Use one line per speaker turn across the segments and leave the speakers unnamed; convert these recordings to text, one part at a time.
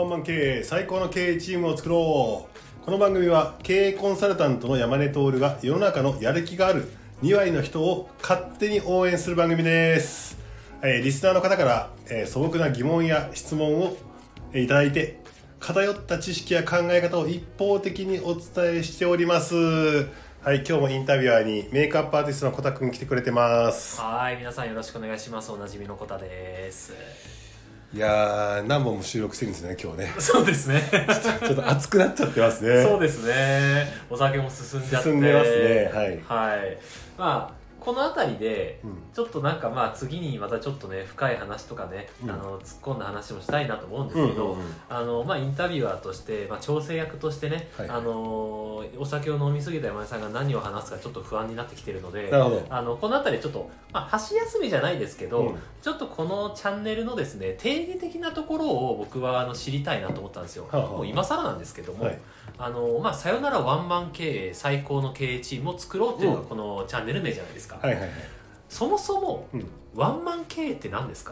ワンマン経営最高の経営チームを作ろう。この番組は経営コンサルタントの山根徹が世の中のやる気がある2割の人を勝手に応援する番組です。リスナーの方から、素朴な疑問や質問をいただいて、偏った知識や考え方を一方的にお伝えしております。はい、今日もインタビュアーにメイクアップアーティストのコタくん来てくれてます。
はい、皆さんよろしくお願いします。おなじみのコタです。
いやー、何本も収録してるんですね、今日ね。
そうですね。
ちょっと熱くなっちゃってますね。
そうですね。お酒も進んじゃって。
進んでますね。はい。
はい。まあこの辺りで、ちょっとなんかまあ次にまたちょっとね深い話とかね、突っ込んだ話もしたいなと思うんですけど、まあインタビュアーとして、まあ、調整役としてね、はい、お酒を飲みすぎた山根さんが何を話すかちょっと不安になってきてるので、
なるほど。
この辺りちょっと、まあ、箸休みじゃないですけど、ちょっとこのチャンネルのですね定義的なところを僕は知りたいなと思ったんですよ。もう今更なんですけども、はい、まあ、さよならワンマン経営最高の経営チームを作ろうっていうのがこのチャンネル名じゃないですか。はいはいはい、そもそも、ワンマン経営って何ですか？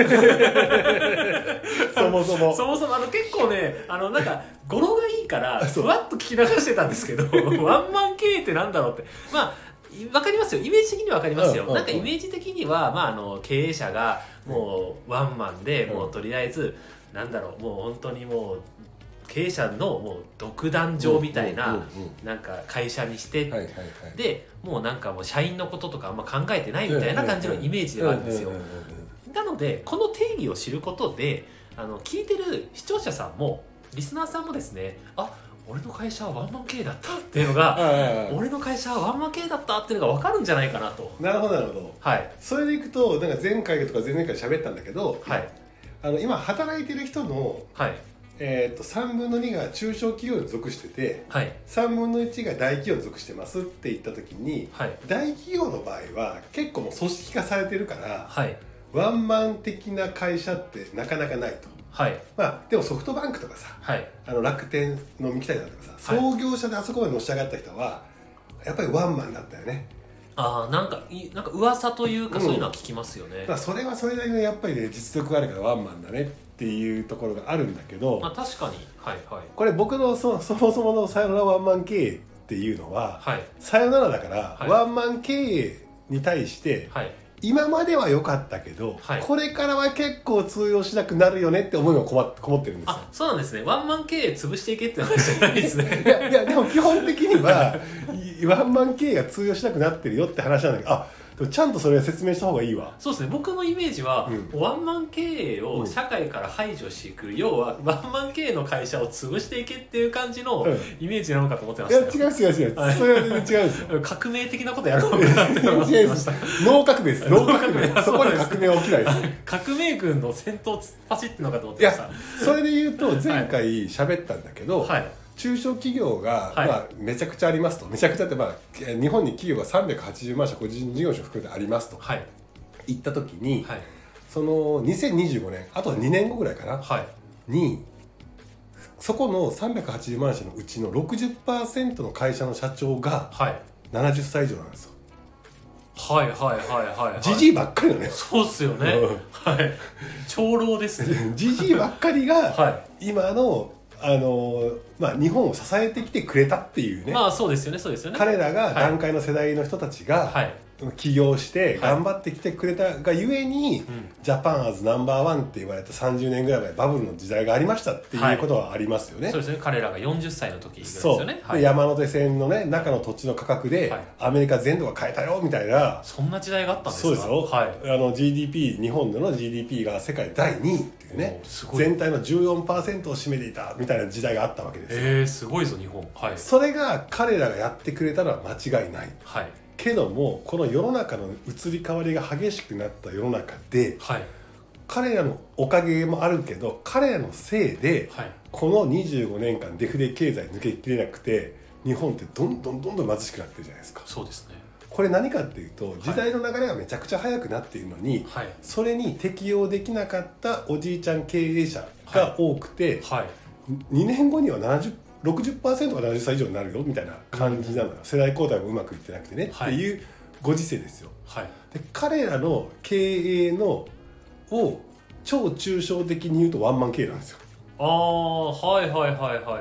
そもそも
結構ねなんか語呂がいいからふわっと聞き流してたんですけどワンマン経営ってなんだろうって、まあ分かりますよ、イメージ的には分かりますよ。なんかイメージ的には、まあ、経営者がもうワンマンでもうとりあえずなんだろう、もう本当にもう経営者のもう独壇場みたいななんか会社にして、でもうなんかもう社員のこととかあんま考えてないみたいな感じのイメージではあるんですよ。なのでこの定義を知ることで聞いてる視聴者さんもリスナーさんもですね、あ、俺の会社はワンマン経営だったっていうのが俺の会社はワンマン経営だったっていうのが分かるんじじゃないかなと。
なるほどなるほど。はい。それでいくとなんか前回とか前々回喋ったんだけど、はい、今働いてる人の、はい、3分の2が中小企業に属してて、はい、3分の1が大企業に属してますって言った時に、はい、大企業の場合は結構もう組織化されてるから、はい、ワンマン的な会社ってなかなかないと。はい、まあでもソフトバンクとかさ、はい、楽天の三木谷だとかさ、創業者であそこまでのし上がった人はやっぱりワンマンだったよね。
ああ、なんか噂というかそういうのは聞きますよね。
だからそれはそれなりのやっぱりね実力があるからワンマンだねっていうところがあるんだけど、
まあ、確かに、はいはい、
これ僕のそもそものさよならワンマン経営っていうのは、はい、さよならだから、はい、ワンマン経営に対して、はい、今までは良かったけど、はい、これからは結構通用しなくなるよねって思いがこもってるんですよ。
あ、そうなんですね。ワンマン経営潰していけって話じゃないですね。
いやでも基本的にはワンマン経営が通用しなくなってるよって話なんだけど、でもちゃんとそれは説明した方がいいわ。
そうですね。僕のイメージは、ワンマン経営を社会から排除していく、要はワンマン経営の会社を潰していけっていう感じのイメージなのかと思ってましたよ。
いや違う、はい、それは全然違うんですよ。
革命的なことやろうかなって思ってました。
脳革命です。脳革命。そこに革命は起きないです。
革命軍の先頭突っ走ってるのかと思ってました。いや、
それで言うと前回喋ったんだけど、はい、中小企業が、はい、まあ、めちゃくちゃありますと。めちゃくちゃって、まあ、日本に企業が380万社個人事業所含めてありますと、はい、言った時に、はい、その2025年あと2年後ぐらいかな、はい、にそこの380万社のうちの 60% の会社の社長が70歳以上なんですよ。
はいはいはいはい。
ジジイばっかりのね。
そうっすよね。はい。長老ですね。
ジジイばっかりが今のまあ、日本を支えてきてくれたっていうね。
まあそうですよね、そうですよね。
彼らが団塊の世代の人たちが起業して頑張ってきてくれたがゆえに、ジャパンアズナンバーワンって言われた30年ぐらい前バブルの時代がありましたっていうことはありますよね。
そうですね。彼らが40歳の時ですよね。
そう、で山手線のね中の土地の価格でアメリカ全土が買えたよみたいな、
そんな時代があったんですか。
そうですよ。はい。GDP 日本での GDP が世界第2位っていうね、全体の 14% を占めていたみたいな時代があったわけですよ。
すごいぞ日本。はい。
それが彼らがやってくれたのは間違いない。はい。けどもこの世の中の移り変わりが激しくなった世の中で、はい、彼らのおかげもあるけど彼らのせいで、はい、この25年間デフレ経済抜けきれなくて日本ってどんどん貧しくなってるじゃないですか。
そうですね。こ
れ何かっていうと時代の流れがめちゃくちゃ速くなっているのに、はい、それに適応できなかったおじいちゃん経営者が多くて、はいはい、2年後には60% が70歳以上になるよみたいな感じなのよ。世代交代もうまくいってなくてね、はい、っていうご時世ですよ。はい、で彼らの経営のを超抽象的に言うとワンマン経営なんですよ。
はいはいはいはい。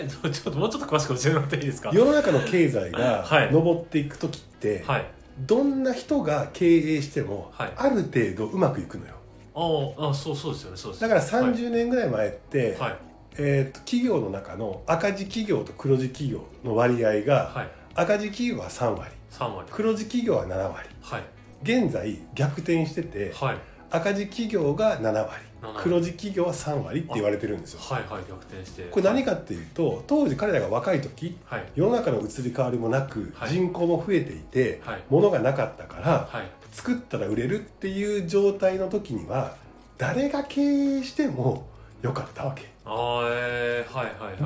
ちょっともうちょっと詳しく教えてもらっていいですか？
世の中の経済が上っていく時って、はい、どんな人が経営しても、はい、ある程度うまくいくのよ。
そうですよね。そうです。
だから30年ぐらい前って、はい、企業の中の赤字企業と黒字企業の割合が、はい、赤字企業は3割、黒字企業は7割、はい、現在逆転してて、はい、赤字企業が7割、黒字企業は3割って言われてるんですよ。
はいはい、逆転して。
これ何かっていうと、当時彼らが若い時、はい、世の中の移り変わりもなく、はい、人口も増えていて、はい、物がなかったから、はい、作ったら売れるっていう状態の時には誰が経営してもよかったわけ。
はいはい。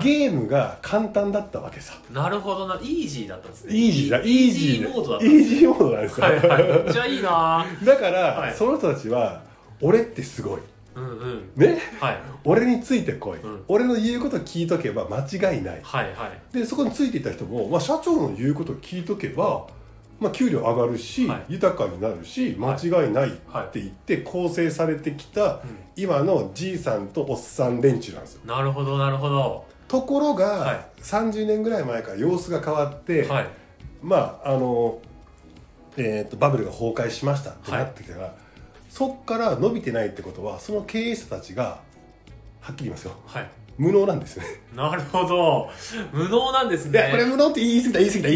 ゲームが簡単だったわけさ。
なるほどな。イージーだったんですね。
イージー
モードだったんですね。
イージーモードなんですよ。
はいはい、めっちゃいいな。
だから、はい、その人たちは俺ってすごい、うんうん、ね、はい、俺についてこい、うん、俺の言うこと聞いとけば間違いない、はいはい、でそこについていった人も、社長の言うこと聞いとけば、給料上がるし、はい、豊かになるし間違いないって言って構成されてきた、今のじいさんとおっさん連中なんですよ。
なるほどなるほど。
ところが、はい、30年ぐらい前から様子が変わって、はい、バブルが崩壊しましたってなってきたら、はい、そっから伸びてないってことは、その経営者たちがはっきり言いますよ、はい、無能なんですよね。
なるほど、無能なんですね。
いや、これ無能って言い過ぎた。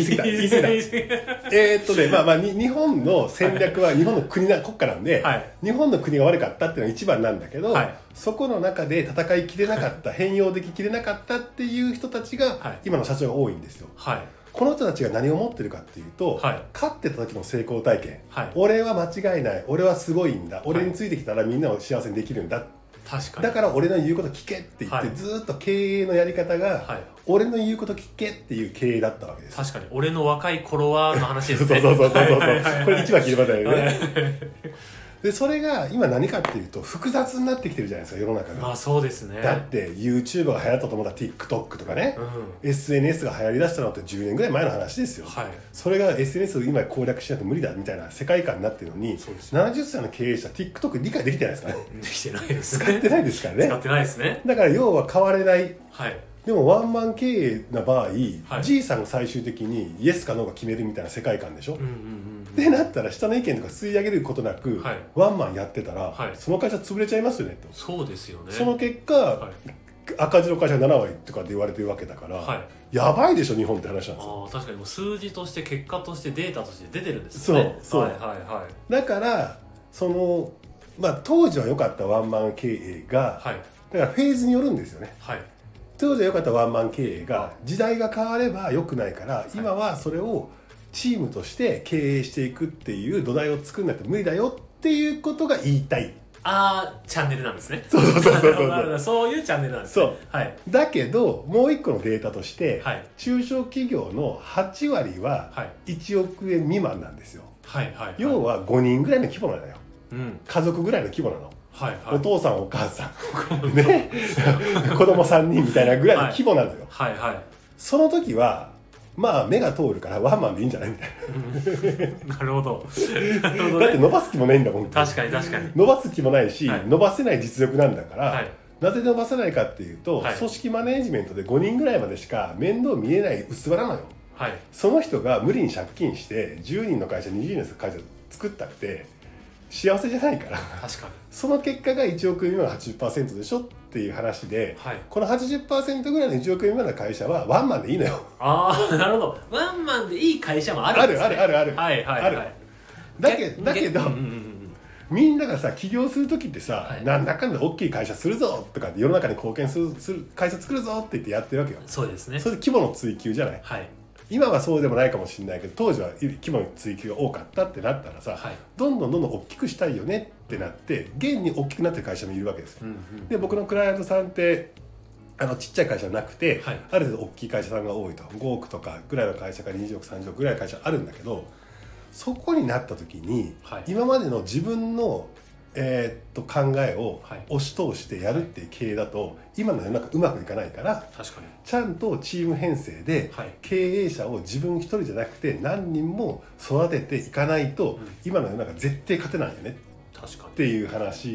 日本の戦略は日本の国家なんで、はい、日本の国が悪かったっていうのが一番なんだけど、はい、そこの中で戦いきれなかった変容でききれなかったっていう人たちが、はい、今の社長が多いんですよ。はい、この人たちが何を持ってるかっていうと、はい、勝ってた時の成功体験、はい、俺は間違いない、俺はすごいんだ、俺についてきたらみんなを幸せにできるんだ、確かにだから俺の言うこと聞けって言って、はい、ずっと経営のやり方が、はい、俺の言うこと聞けっていう経営だったわけです。
確かに俺の若い頃はの話ですね。
そうこれ一番切りまたよね、はい、でそれが今何かっていうと複雑になってきてるじゃないですか、世の中が。そうですね。だって YouTube が流行ったと思ったら TikTok とかね、うん、SNS が流行りだしたのって10年ぐらい前の話ですよ、はい、それが SNS を今攻略しないと無理だみたいな世界観になってるのに、70歳の経営者 TikTok 理解できてないですからね。
できてないですね。
使ってないですからね。
使ってないですね。
だから要は変われない、はい、でもワンマン経営な場合、はい、G さんが最終的にイエスかノーが決めるみたいな世界観でしょ、ってなったら下の意見とか吸い上げることなく、はい、ワンマンやってたら、はい、その会社潰れちゃいますよねと。
そうですよね。
その結果、はい、赤字の会社7割とかで言われてるわけだから、はい、やばいでしょ日本って話なんですよ。
確かにもう数字として結果としてデータとして出てるんですよね。そう、はいはいはい、
だからその、当時は良かったワンマン経営が、はい、だからフェーズによるんですよね、はい、当時は良かったワンマン経営が時代が変われば良くないから、はい、今はそれをチームとして経営していくっていう土台を作んないと無理だよっていうことが言いたい。
チャンネルなんですね。
そう
そういうチャンネルなんですね。そう、
はい、だけどもう一個のデータとして、はい、中小企業の8割は1億円未満なんですよ、はいはいはい、要は5人ぐらいの規模なのよ、うん、家族ぐらいの規模なの、はいはい、お父さんお母さんね子供3人みたいなぐらいの規模なのよ、はいはいはい、その時は目が通るからワンマンでいいんじゃないみたい
な。なるほど。
だって伸ばす気もないんだもん。
確かに
伸ばす気もないし、はい、伸ばせない実力なんだから、はい、なぜ伸ばせないかっていうと、はい、組織マネージメントで5人ぐらいまでしか面倒見えない薄場なのよ、はい、その人が無理に借金して10人の会社20人の会社作ったって幸せじゃないから。確かに。その結果が1億円未満の 80% でしょっていう話で、はい、この 80% ぐらいの1億円未満の会社はワンマンでいいのよ。
なるほど。ワンマンでいい会社もあるんですね。
ある。
はいはいはい。
だけど、みんながさ起業する時ってさ、はい、なんだかんだ大きい会社するぞとか世の中に貢献する会社作るぞって言ってやってるわけよ。
そうですね。
それで規模の追求じゃない。はい。今はそうでもないかもしれないけど、当時は規模の追求が多かったってなったらさ、はい、どんどん大きくしたいよねってなって現に大きくなってる会社もいるわけですよ、うんうん、で僕のクライアントさんってちっちゃい会社じゃなくて、はい、ある程度大きい会社さんが多いと5億とかぐらいの会社から20億30億ぐらいの会社あるんだけど、そこになった時に、はい、今までの自分の考えを押し通してやるっていう経営だと今の世の中うまくいかないから、確かにちゃんとチーム編成で経営者を自分一人じゃなくて何人も育てていかないと今の世の中絶対勝てないよねっていう話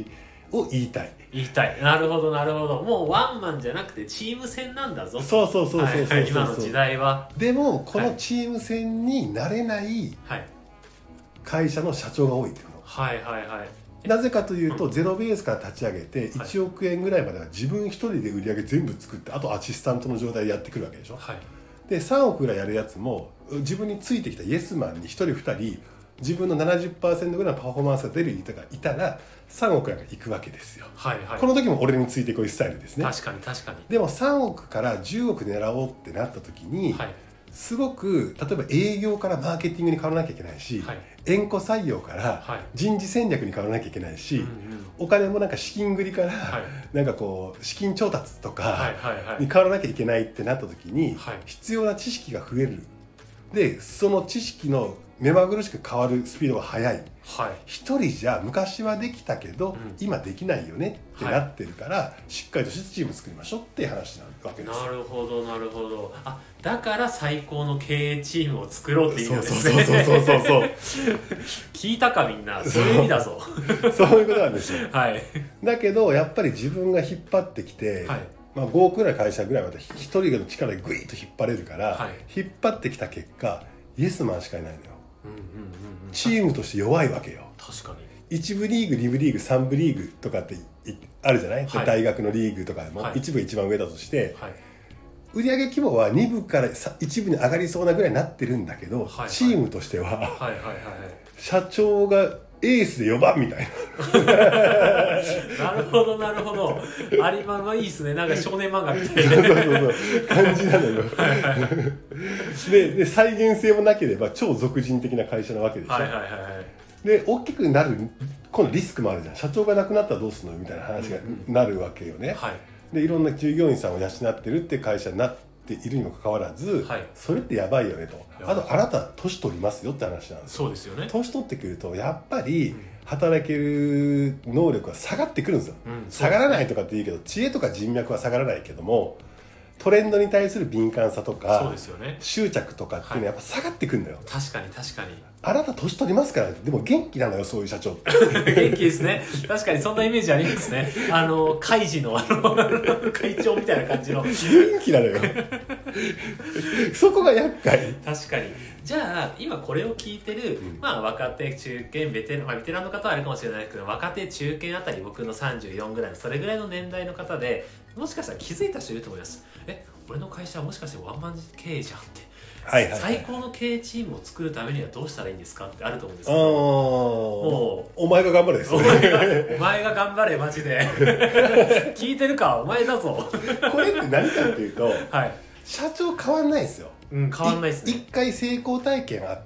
を言いたい。
なるほどなるほど。もうワンマンじゃなくてチーム戦なんだぞ。
そう
今の時代は。
でもこのチーム戦になれない会社の社長が多いっていうの。なぜかというと、ゼロベースから立ち上げて1億円ぐらいまでは自分一人で売り上げ全部作って、あとアシスタントの状態でやってくるわけでしょ。で3億ぐらいやるやつも自分についてきたイエスマンに1人2人自分の 70% ぐらいのパフォーマンスが出る人がいたら3億なんかいくわけですよ。この時も俺についてこいスタイルですね。
確かに。
でも3億から10億狙おうってなった時に、すごく例えば営業からマーケティングに変わらなきゃいけないし、縁故採用から人事戦略に変わらなきゃいけないし、お金もなんか資金繰りからなんかこう資金調達とかに変わらなきゃいけないってなった時に必要な知識が増える。でその知識の目まぐるしく変わるスピードが速い。一人じゃ昔はできたけど、今できないよねってなってるから、しっかりとしたチーム作りましょうっていう話なわけです。
なるほど。だから最高の経営チームを作ろうっていうんですね。聞いたかみんな。そういう意味だぞ。
そういうことなんですよ。だけどやっぱり自分が引っ張ってきて、5億ぐらい会社ぐらいまで一人の力でグイッと引っ張れるから、引っ張ってきた結果イエスマンしかいないのよ。チームとして弱いわけよ。
確か
に1部リーグ2部リーグ3部リーグとかってあるじゃない、大学のリーグとかでも1部が一番上だとして、売上規模は2部から1部に上がりそうなぐらいになってるんだけど、チームとしては社長がエースで4番みたいな。
なるほど。有馬はいいっすね。なんか少年漫画みたいな
感じなのよ。で再現性もなければ超俗人的な会社なわけでしょ。で大きくなる今度リスクもあるじゃん。社長が亡くなったらどうするのみたいな話がなるわけよね。でいろんな従業員さんを養ってるって会社になっているにもかかわらず、それってやばいよねと。あとあなた年取りますよって話なんですよ。
そうですよね。
年取ってくるとやっぱり働ける能力が下がってくるんですよ。下がらないとかって言うけど、知恵とか人脈は下がらないけども、トレンドに対する敏感さとか執着とかっていうのはやっぱ下がってくるんだよ。
確かに
あなた年取りますから。でも元気なのよ、そういう社長って
元気ですね。確かにそんなイメージありますね。海事の会長みたいな感じの
元気なのよそこが厄介。
確かに。じゃあ今これを聞いてる、若手中堅ベテランの方はあるかもしれないけど、若手中堅あたり僕の34ぐらいのそれぐらいの年代の方でもしかしたら気づいた人いると思います。俺の会社はもしかしてワンマン経営じゃんって、最高の経営チームを作るためにはどうしたらいいんですかってあると思うんですけど、もう
お前が頑張れですよ
お前が頑張れマジで聞いてるかお前だぞ
これって何かっていうと、社長変わんないですよ。
変わんないですね。
一回成功体験あって、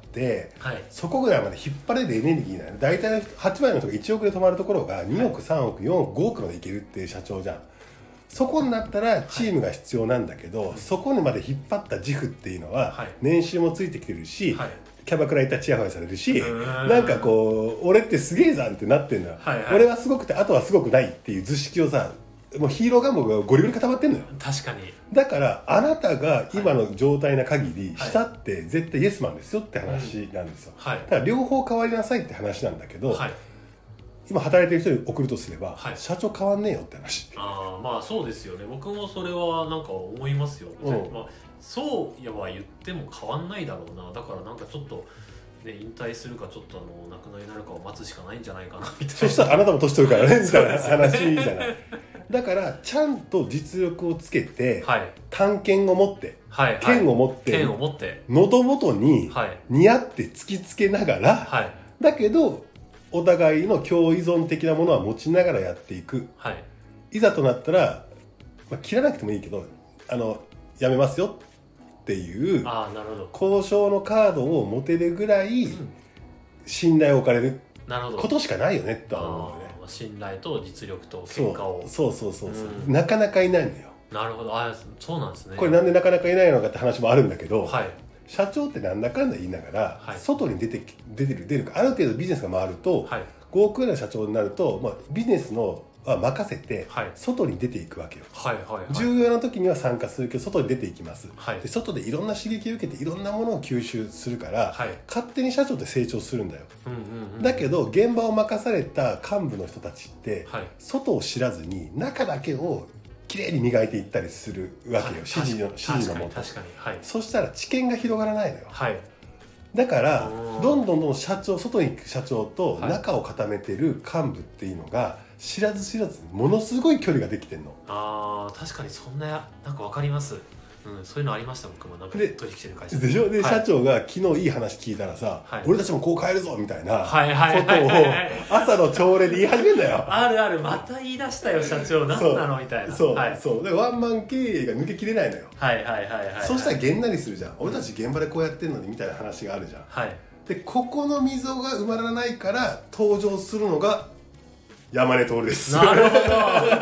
そこぐらいまで引っ張れるエネルギーなの。大体8割の人が1億で止まるところが2億3億4億5億までいけるっていう社長じゃん。そこになったらチームが必要なんだけど、そこにまで引っ張った自負っていうのは年収もついてきてるし、キャバクラ行ったらチヤホヤされるし、なんかこう俺ってすげえじゃんってなってんのよ。俺はすごくてあとはすごくないっていう図式をさ、もうヒーロー願望がゴリゴリ固まってんのよ。
確かに。
だからあなたが今の状態な限り、下って絶対イエスマンですよって話なんですよ。だから両方変わりなさいって話なんだけど、今働いてる人に送るとすれば、社長変わんねえよって話。
そうですよね。僕もそれはなんか思いますよ。そうやは言っても変わんないだろうな。だからなんかちょっと引退するかちょっと亡くなりになるかを待つしかないんじゃないかなみたいな。
そしたらあなたも年取るからねみたいな話じゃない。だからちゃんと実力をつけて、探検を持って、剣を持って喉元に似合って突きつけながら、だけどお互いの共依存的なものは持ちながらやっていく。いざとなったら、切らなくてもいいけどやめますよっていう交渉のカードを持てるぐらい信頼を置かれることしかないよねとは思うよね。
信頼と実力と結果を。
そう、なかなかいないのよ。
なるほど。そうなんですね。
これなんでなかなかいないのかって話もあるんだけど、社長ってなんだかんだ言いながら、外に出るかある程度ビジネスが回ると、5億円の社長になると、ビジネスのは任せて外に出ていくわけよ、
はいはいはい、
重要な時には参加するけど外に出ていきます、
はい、
で外でいろんな刺激を受けていろんなものを吸収するから、
はい、
勝手に社長って成長するんだよ、
うんうんうん、
だけど現場を任された幹部の人たちって、
はい、
外を知らずに中だけをきれいに磨いていったりするわけよ、指示のもと、
はい、
そしたら知見が広がらないのよ、
はい、
だからどんどん外に行く社長と中を固めてる幹部っていうのが知らず知らずものすごい距離ができてんの。
あー確かにそんななんか分かります、うん、そういうのありました。僕もなんか取引してる会社
でしょ。で、はい、社長が昨日いい話聞いたらさ、はい、俺たちもこう変えるぞみたいなことを朝の朝礼で言い始めんだよ。
あるある、また言い出したよ社長、何なのみたいな。
そう、はい、そうでワンマン経営が抜けきれないのよ。
はいはいはいはい、はい、
そしたらげんなりするじゃん、俺たち現場でこうやってんのにみたいな話があるじゃん、はい、でここの溝が埋まらないから登場するのが山根徹です。
なるほど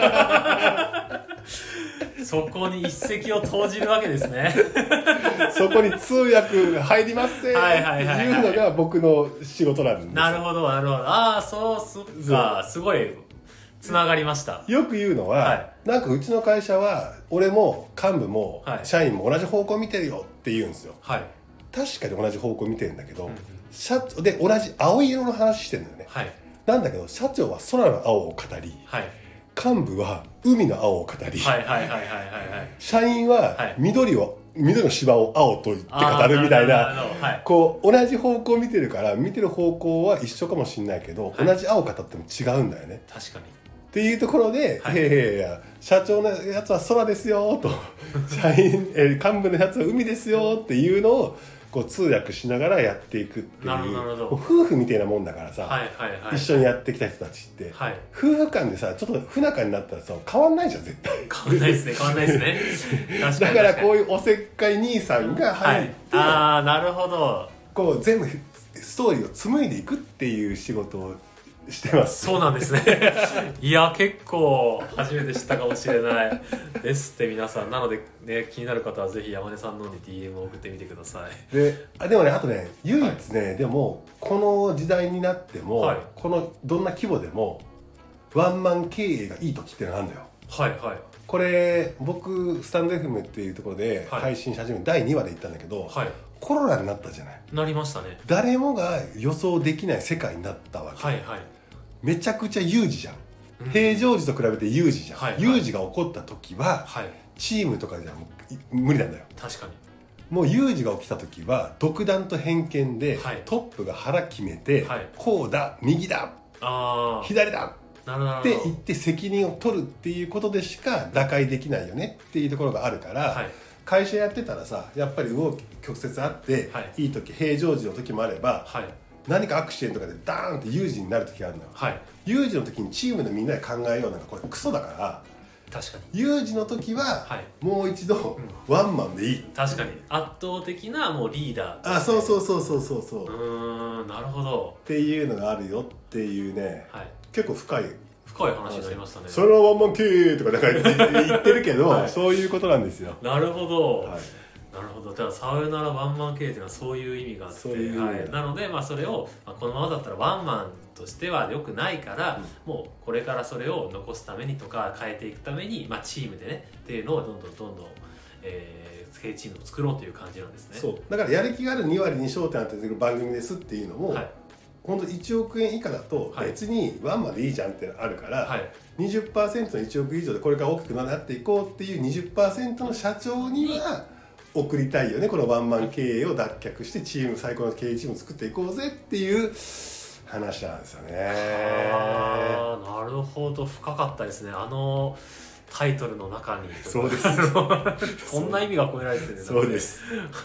そこに一石を投じるわけですね
そこに通訳入りますっていうのが僕の仕事なんです。
なるほどなるほど。ああそうそっか、すごいつながりました。
よく言うのは、はい、なんかうちの会社は俺も幹部も社員も同じ方向見てるよって言うんですよ、はい、確かに同じ方向見てるんだけど、で同じ青色の話してるんだよね、はい、なんだけど社長は空の青を語り、はい、幹部は海の青を語り、社員は緑の芝を青と言って語るみたいな、はい、こう同じ方向を見てるから見てる方向は一緒かもしれないけど、はい、同じ青を語っても違うんだよね。
確かに
っていうところで、はい、いや社長のやつは空ですよと社員幹部のやつは海ですよっていうのをこう通訳しながらやっていくっていう夫婦みたいなもんだからさ、はいはいはい、一緒にやってきた人たちって、はい、夫婦間でさちょっと不仲になったらさ変わんないじゃん絶対。
変わんないですね変わんないですね
だからこういうおせっかい兄さんが入って、
はい、ああなるほど、
こう全部ストーリーを紡いでいくっていう仕事をしてます。
そうなんですねいや結構初めて知ったかもしれないですって皆さん。なので、ね、気になる方はぜひ山根さんの方に DM を送ってみてください。
でもねあとね唯一ね、はい、でもこの時代になっても、はい、このどんな規模でもワンマン経営がいい時ってのがあるんだよ。はいはい。これ僕スタンド FM っていうところで配信し始めて第2話で言ったんだけど、はい、コロナになったじゃない。
なりましたね。
誰もが予想できない世界になったわけ、はいはい、めちゃくちゃ有事じゃん、うん、平常時と比べて有事じゃん、はいはい、有事が起こった時は、はい、チームとかじゃもう無理なんだよ。
確かに
もう有事が起きた時は独断と偏見で、はい、トップが腹決めて、はい、こうだ右だ左だって言って責任を取るっていうことでしか打開できないよねっていうところがあるから、はい、会社やってたらさやっぱり動き曲折あって、はい、いい時平常時の時もあれば、はい、何かアクシデントとかでダーンって有事になる時があるのよ、はい、有事の時にチームのみんなで考えようなんかこれクソだから。
確かに
有事の時は、はい、もう一度、ワンマンでいい。
確かに圧倒的なもうリーダー、ね、
そう
なるほど
っていうのがあるよっていうね、はい、結構深い
話になりましたね。
それはワンマン経営とか言ってるけど、はい、そういうことなんですよ。
なるほど、はい、なるほど。じゃあさよならワンマン経営っていうのはそういう意味があって、はい、なので、それを、このままだったらワンマンとしては良くないから、もうこれからそれを残すためにとか変えていくために、チームでねっていうのをどんどん経営チームを作ろうという感じなんですね。
そうだからやる気がある2割に焦点当ててる番組ですっていうのも、はい、本当1億円以下だと別にワンマンでいいじゃんってあるから、はい、20% の1億以上でこれから大きくなっていこうっていう 20% の社長には送りたいよね。このワンマン経営を脱却して最高の経営チームを作っていこうぜっていう話なんですよね。
なるほど、深かったですね。タイトルの中に。
そうです
こんな意味が込められてるんですね。
そうです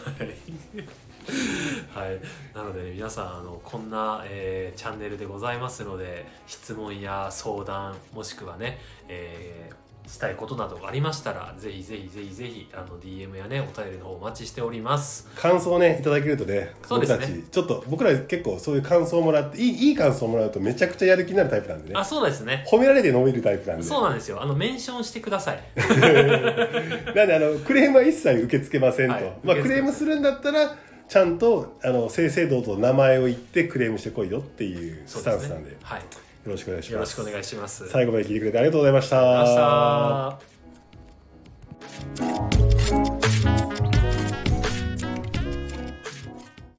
はい、なので、ね、皆さんこんな、チャンネルでございますので、質問や相談もしくはね、したいことなどがありましたらぜひ DM やねお便りの方お待ちしております。
感想をねいただけるとね、
そうですね、
僕たちちょっと僕ら結構そういう感想をもらっていい感想をもらうとめちゃくちゃやる気になるタイプなんでね。
そうですね、
褒められて伸びるタイプなんで。
そうなんですよ。メンションしてください
なんでクレームは一切受け付けませんと、はい、クレームするんだったらちゃんと正々堂々と名前を言ってクレームしてこいよっていうスタンスなんで、はい、 ろしくお願いします。
よろしくお願いします。
最後まで聞いてくれてありがとうございました。
ありがとうございました。